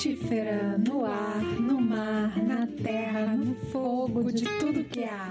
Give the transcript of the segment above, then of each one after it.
Frutífera, no ar, no mar, na terra, no fogo, de tudo que há.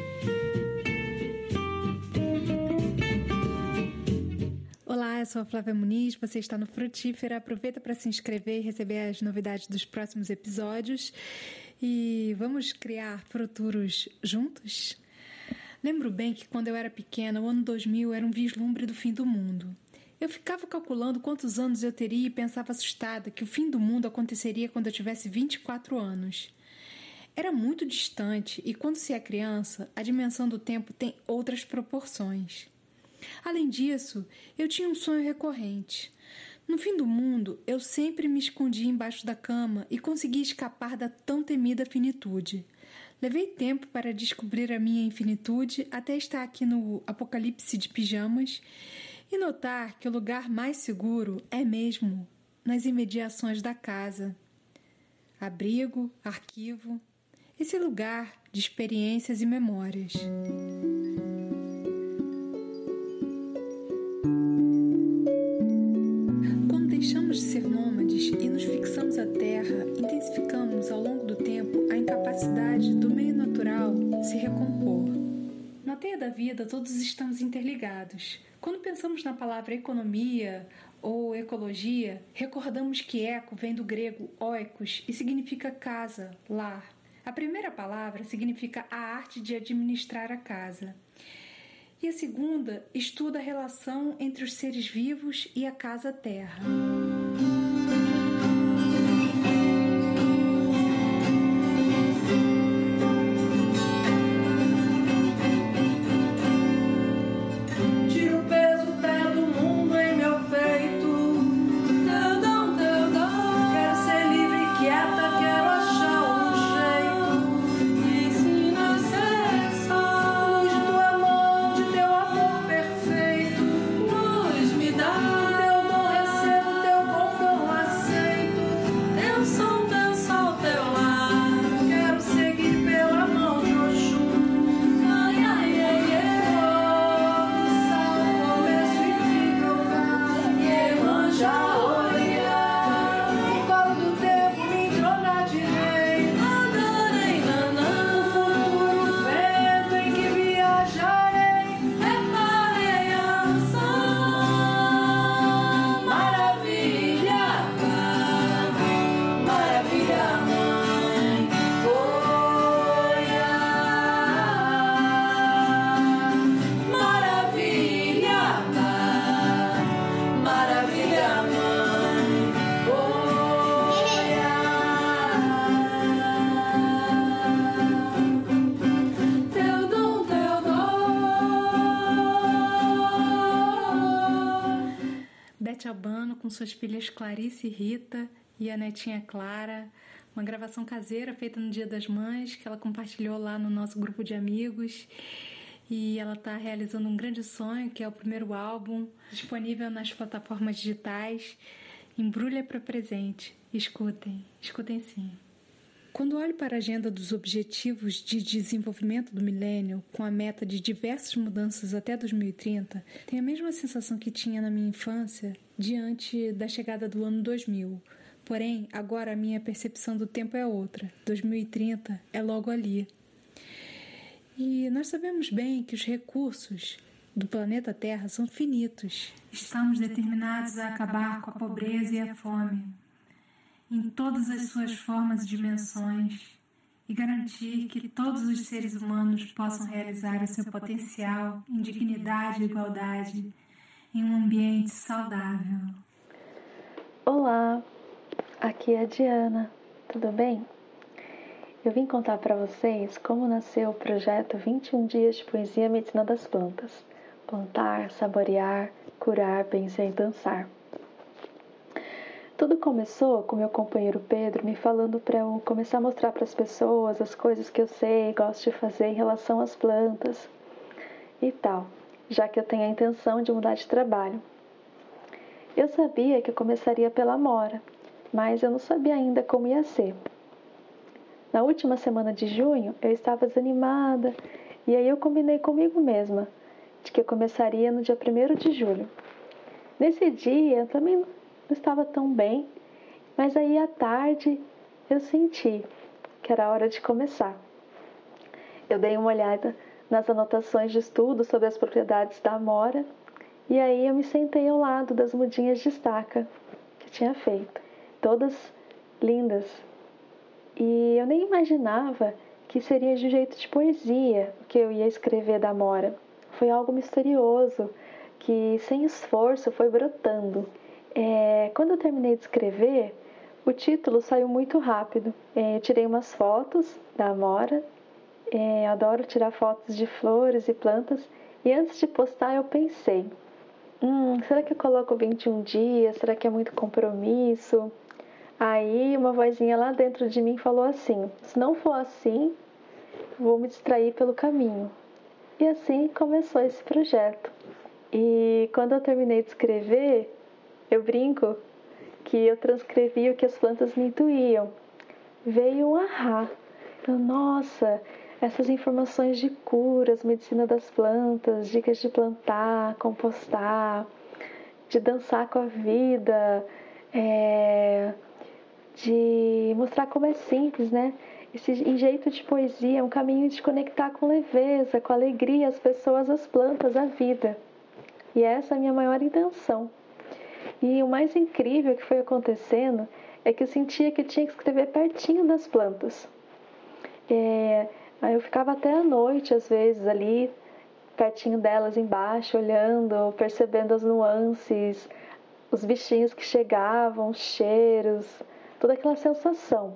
Olá, eu sou a Flávia Muniz, você está no Frutífera. Aproveita para se inscrever e receber as novidades dos próximos episódios. E vamos criar futuros juntos? Lembro bem que quando eu era pequena, o ano 2000 era um vislumbre do fim do mundo. Eu ficava calculando quantos anos eu teria e pensava assustada que o fim do mundo aconteceria quando eu tivesse 24 anos. Era muito distante e quando se é criança, a dimensão do tempo tem outras proporções. Além disso, eu tinha um sonho recorrente. No fim do mundo, eu sempre me escondia embaixo da cama e conseguia escapar da tão temida finitude. Levei tempo para descobrir a minha infinitude até estar aqui no apocalipse de pijamas e notar que o lugar mais seguro é mesmo nas imediações da casa. Abrigo, arquivo, esse lugar de experiências e memórias. Quando deixamos de ser nômades e nos fixamos à terra, intensificamos ao longo do tempo a incapacidade do meio natural se recompor. Na teia da vida, todos estamos interligados. Quando pensamos na palavra economia ou ecologia, recordamos que eco vem do grego oikos e significa casa, lar. A primeira palavra significa a arte de administrar a casa. E a segunda estuda a relação entre os seres vivos e a casa terra. Albano com suas filhas Clarice e Rita e a netinha Clara, uma gravação caseira feita no Dia das Mães que ela compartilhou lá no nosso grupo de amigos, e ela está realizando um grande sonho, que é o primeiro álbum disponível nas plataformas digitais. Embrulha para presente. Escutem sim. Quando olho para a agenda dos Objetivos de Desenvolvimento do Milênio, com a meta de diversas mudanças até 2030, tenho a mesma sensação que tinha na minha infância diante da chegada do ano 2000. Porém, agora a minha percepção do tempo é outra. 2030 é logo ali. E nós sabemos bem que os recursos do planeta Terra são finitos. Estamos determinados a acabar com a pobreza e a fome, em todas as suas formas e dimensões, e garantir que todos os seres humanos possam realizar o seu potencial em dignidade e igualdade em um ambiente saudável. Olá, aqui é a Diana, tudo bem? Eu vim contar para vocês como nasceu o projeto 21 Dias de Poesia e Medicina das Plantas. Plantar, saborear, curar, benzer e dançar. Tudo começou com meu companheiro Pedro me falando para eu começar a mostrar para as pessoas as coisas que eu sei e gosto de fazer em relação às plantas e tal, já que eu tenho a intenção de mudar de trabalho. Eu sabia que eu começaria pela Amora, mas eu não sabia ainda como ia ser. Na última semana de junho, eu estava desanimada e aí eu combinei comigo mesma de que eu começaria no dia 1º de julho. Nesse dia, eu também não estava tão bem, Mas aí à tarde eu senti que era hora de começar. Eu dei uma olhada nas anotações de estudo sobre as propriedades da amora e aí eu me sentei ao lado das mudinhas de estaca que tinha feito, todas lindas. E eu nem imaginava que seria de um jeito de poesia o que eu ia escrever da amora. Foi algo misterioso que, sem esforço, foi brotando. Quando eu terminei de escrever, o título saiu muito rápido. Eu tirei umas fotos da amora. Adoro tirar fotos de flores e plantas. E antes de postar, eu pensei: será que eu coloco 21 dias? Será que é muito compromisso? Aí uma vozinha lá dentro de mim falou assim: se não for assim, vou me distrair pelo caminho. E assim começou esse projeto. E quando eu terminei de escrever, eu brinco que eu transcrevi o que as plantas me intuíam. Veio um ahá. Nossa, essas informações de curas, medicina das plantas, dicas de plantar, compostar, de dançar com a vida, de mostrar como é simples, né? Esse jeito de poesia é um caminho de conectar com leveza, com alegria as pessoas, as plantas, a vida. E essa é a minha maior intenção. E o mais incrível que foi acontecendo é que eu sentia que eu tinha que escrever pertinho das plantas. Aí eu ficava até à noite, às vezes, ali, pertinho delas embaixo, olhando, percebendo as nuances, os bichinhos que chegavam, os cheiros, toda aquela sensação.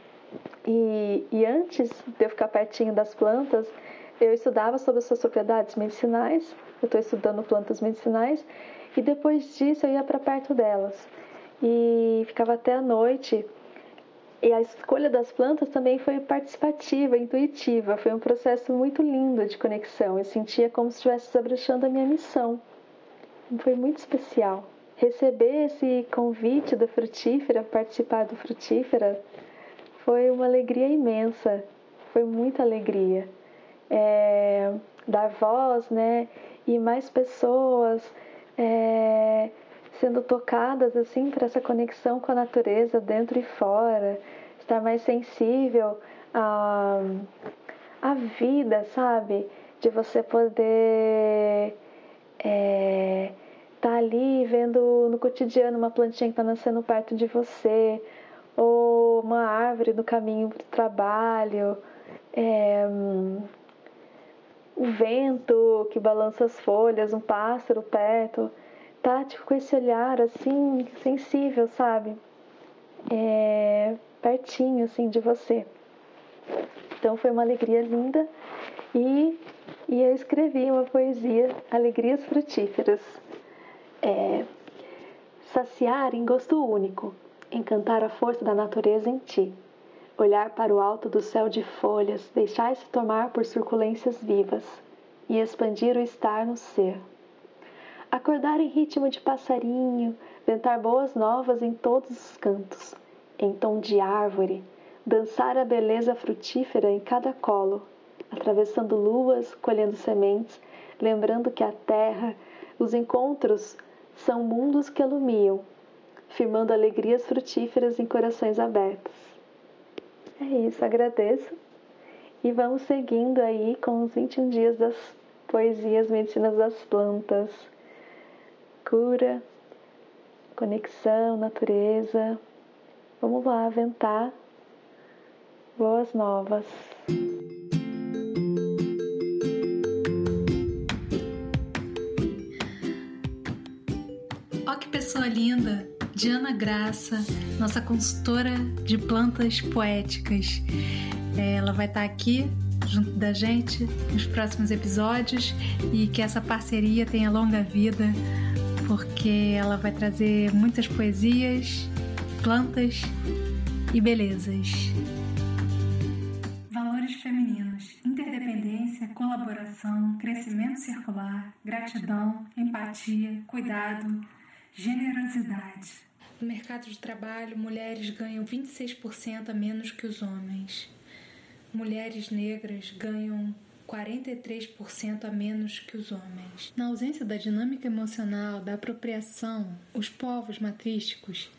E antes de eu ficar pertinho das plantas, eu estudava sobre as suas propriedades medicinais. Eu estou estudando plantas medicinais. E depois disso eu ia para perto delas. E ficava até a noite. E a escolha das plantas também foi participativa, intuitiva. Foi um processo muito lindo de conexão. Eu sentia como se estivesse desabrochando a minha missão. Foi muito especial. Receber esse convite da Frutífera, participar do Frutífera, foi uma alegria imensa. Foi muita alegria. Dar voz, né? E mais pessoas sendo tocadas assim por essa conexão com a natureza dentro e fora, estar mais sensível à vida, sabe? De você poder tá ali vendo no cotidiano uma plantinha que está nascendo perto de você, ou uma árvore no caminho para o trabalho, o vento que balança as folhas, um pássaro perto, tá tipo, com esse olhar assim, sensível, sabe? Pertinho assim de você. Então foi uma alegria linda e eu escrevi uma poesia, Alegrias Frutíferas. Saciar em gosto único, encantar a força da natureza em ti. Olhar para o alto do céu de folhas, deixar-se tomar por suculências vivas e expandir o estar no ser. Acordar em ritmo de passarinho, ventar boas novas em todos os cantos, em tom de árvore, dançar a beleza frutífera em cada colo, atravessando luas, colhendo sementes, lembrando que a terra, os encontros são mundos que alumiam, firmando alegrias frutíferas em corações abertos. É isso, agradeço. E vamos seguindo aí com os 21 dias das poesias medicinas das plantas. Cura, conexão, natureza. Vamos lá, ventar boas novas. Ó, que pessoa linda! Diana Graça, nossa consultora de plantas poéticas. Ela vai estar aqui junto da gente nos próximos episódios e que essa parceria tenha longa vida, porque ela vai trazer muitas poesias, plantas e belezas. Valores femininos: interdependência, colaboração, crescimento circular, gratidão, empatia, cuidado, generosidade. No mercado de trabalho, mulheres ganham 26% a menos que os homens. Mulheres negras ganham 43% a menos que os homens. Na ausência da dinâmica emocional, da apropriação, os povos matrísticos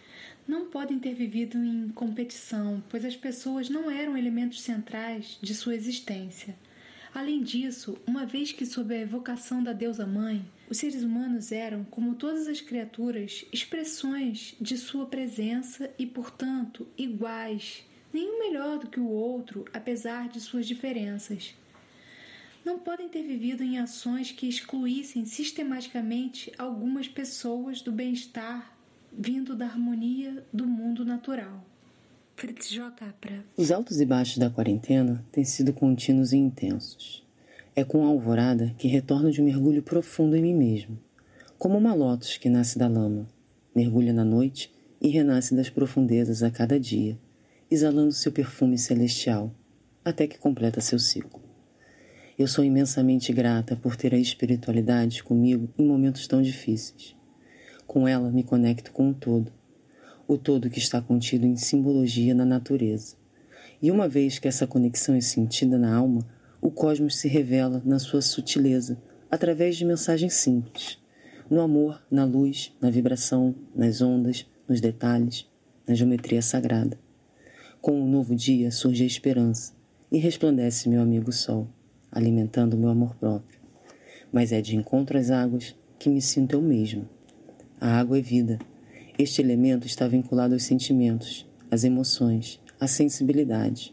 não podem ter vivido em competição, pois as pessoas não eram elementos centrais de sua existência. Além disso, uma vez que sob a evocação da deusa mãe, os seres humanos eram, como todas as criaturas, expressões de sua presença e, portanto, iguais, nenhum melhor do que o outro, apesar de suas diferenças. Não podem ter vivido em ações que excluíssem sistematicamente algumas pessoas do bem-estar vindo da harmonia do mundo natural. Fritz J. Capra. Os altos e baixos da quarentena têm sido contínuos e intensos. É com a alvorada que retorno de um mergulho profundo em mim mesmo, como uma lótus que nasce da lama, mergulha na noite e renasce das profundezas a cada dia, exalando seu perfume celestial, até que completa seu ciclo. Eu sou imensamente grata por ter a espiritualidade comigo em momentos tão difíceis. Com ela me conecto com o todo que está contido em simbologia na natureza. E uma vez que essa conexão é sentida na alma, o cosmos se revela na sua sutileza, através de mensagens simples, no amor, na luz, na vibração, nas ondas, nos detalhes, na geometria sagrada. Com um novo dia surge a esperança e resplandece meu amigo Sol, alimentando meu amor próprio. Mas é de encontro às águas que me sinto eu mesmo. A água é vida. Este elemento está vinculado aos sentimentos, às emoções, à sensibilidade.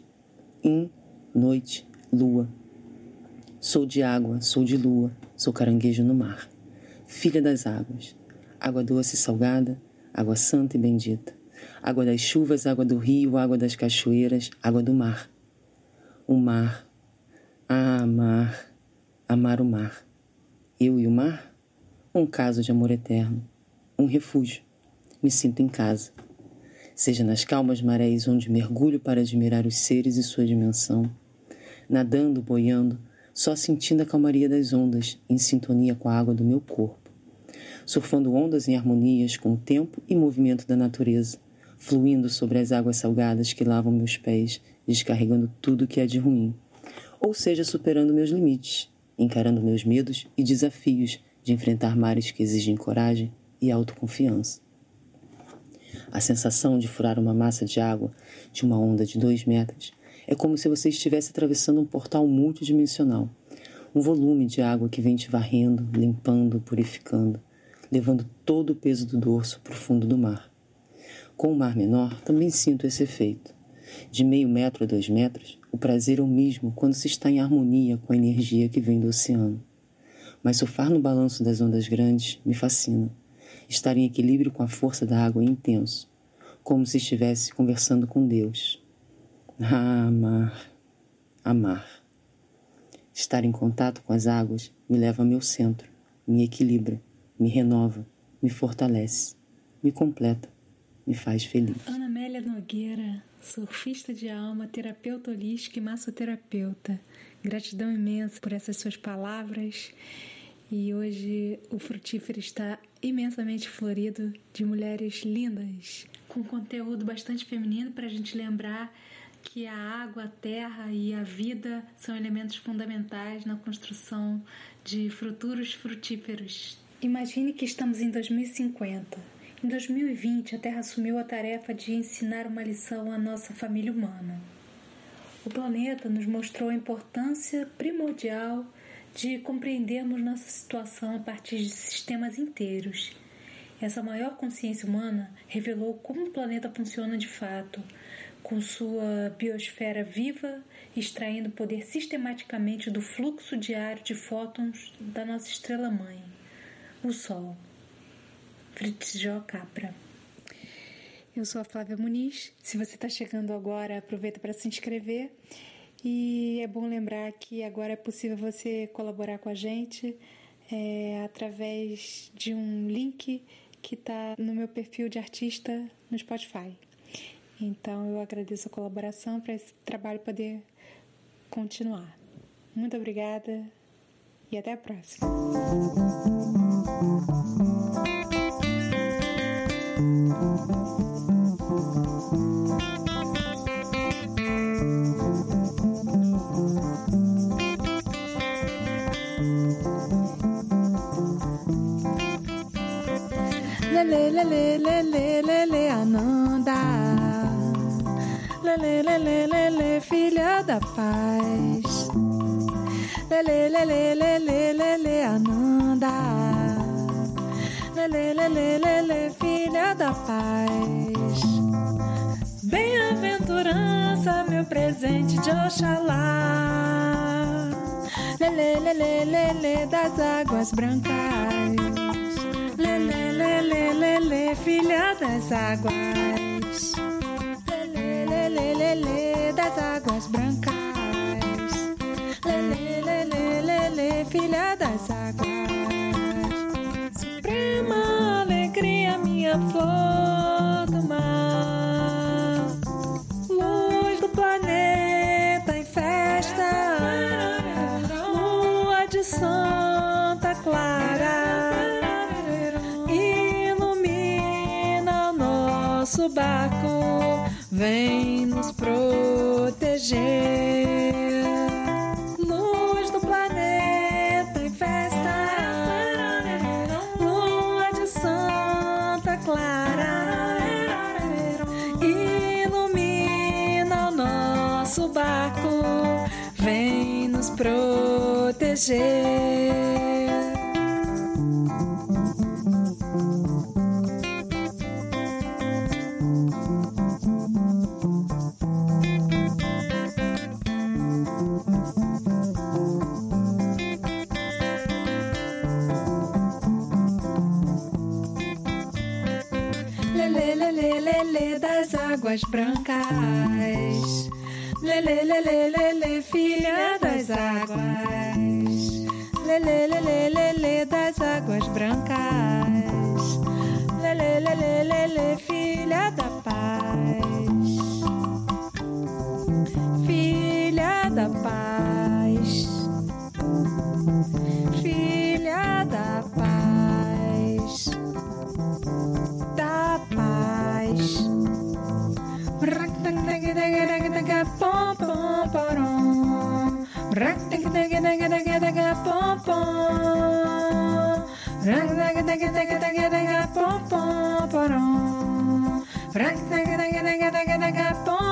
Noite, lua. Sou de água, sou de lua, sou caranguejo no mar. Filha das águas. Água doce e salgada, água santa e bendita. Água das chuvas, água do rio, água das cachoeiras, água do mar. O mar. Ah, mar. Amar o mar. Eu e o mar? Um caso de amor eterno. Um refúgio. Me sinto em casa. Seja nas calmas marés onde mergulho para admirar os seres e sua dimensão. Nadando, boiando, só sentindo a calmaria das ondas, em sintonia com a água do meu corpo. Surfando ondas em harmonias com o tempo e movimento da natureza, fluindo sobre as águas salgadas que lavam meus pés, descarregando tudo que há de ruim. Ou seja, superando meus limites, encarando meus medos e desafios de enfrentar mares que exigem coragem e autoconfiança. A sensação de furar uma massa de água de uma onda de 2 metros é como se você estivesse atravessando um portal multidimensional, um volume de água que vem te varrendo, limpando, purificando, levando todo o peso do dorso para o fundo do mar. Com o mar menor, também sinto esse efeito. De meio metro a 2 metros, o prazer é o mesmo quando se está em harmonia com a energia que vem do oceano. Mas surfar no balanço das ondas grandes me fascina. Estar em equilíbrio com a força da água é intenso, como se estivesse conversando com Deus. Ah, amar, amar. Estar em contato com as águas me leva ao meu centro, me equilibra, me renova, me fortalece, me completa, me faz feliz. Ana Amélia Nogueira, surfista de alma, terapeuta holística e massoterapeuta. Gratidão imensa por essas suas palavras. E hoje o Frutífero está imensamente florido de mulheres lindas, com conteúdo bastante feminino para a gente lembrar que a água, a terra e a vida são elementos fundamentais na construção de futuros frutíferos. Imagine que estamos em 2050. Em 2020, a Terra assumiu a tarefa de ensinar uma lição à nossa família humana. O planeta nos mostrou a importância primordial de compreendermos nossa situação a partir de sistemas inteiros. Essa maior consciência humana revelou como o planeta funciona de fato, com sua biosfera viva, extraindo poder sistematicamente do fluxo diário de fótons da nossa estrela-mãe, o Sol. Fritz J. Capra. Eu sou a Flávia Muniz. Se você está chegando agora, aproveita para se inscrever. E é bom lembrar que agora é possível você colaborar com a gente através de um link que está no meu perfil de artista no Spotify. Então eu agradeço a colaboração para esse trabalho poder continuar. Muito obrigada e até a próxima. Lele, lele, lele, lele, Ananda. Lele, lele, lele, filha da paz. Lele, lele, lele, lele, Ananda. Lele, lele, lele, filha da paz. Bem-aventurança, meu presente de Oxalá. Lele, lele, lele, das águas brancas. Lele, lele, lele, filha das águas. Lele, lele, lele, das águas brancas. Lele, lele, lele, filha das águas. Suprema alegria, minha flor do mar. Luz do planeta em festa. Lua de Santa Clara. Ilumina o nosso barco. Vem nos proteger. Luz do planeta em festa. Lua de Santa Clara. Ilumina o nosso barco. Vem nos proteger. Lele, lele, lele, das águas brancas. Lele, lele, lele, filha das águas. Lele, lele, lele, das águas brancas. Lele, lele, lele, filha da paz. Filha da paz. Filha da paz. Da paz. Pom pom porom. Pom pom porom.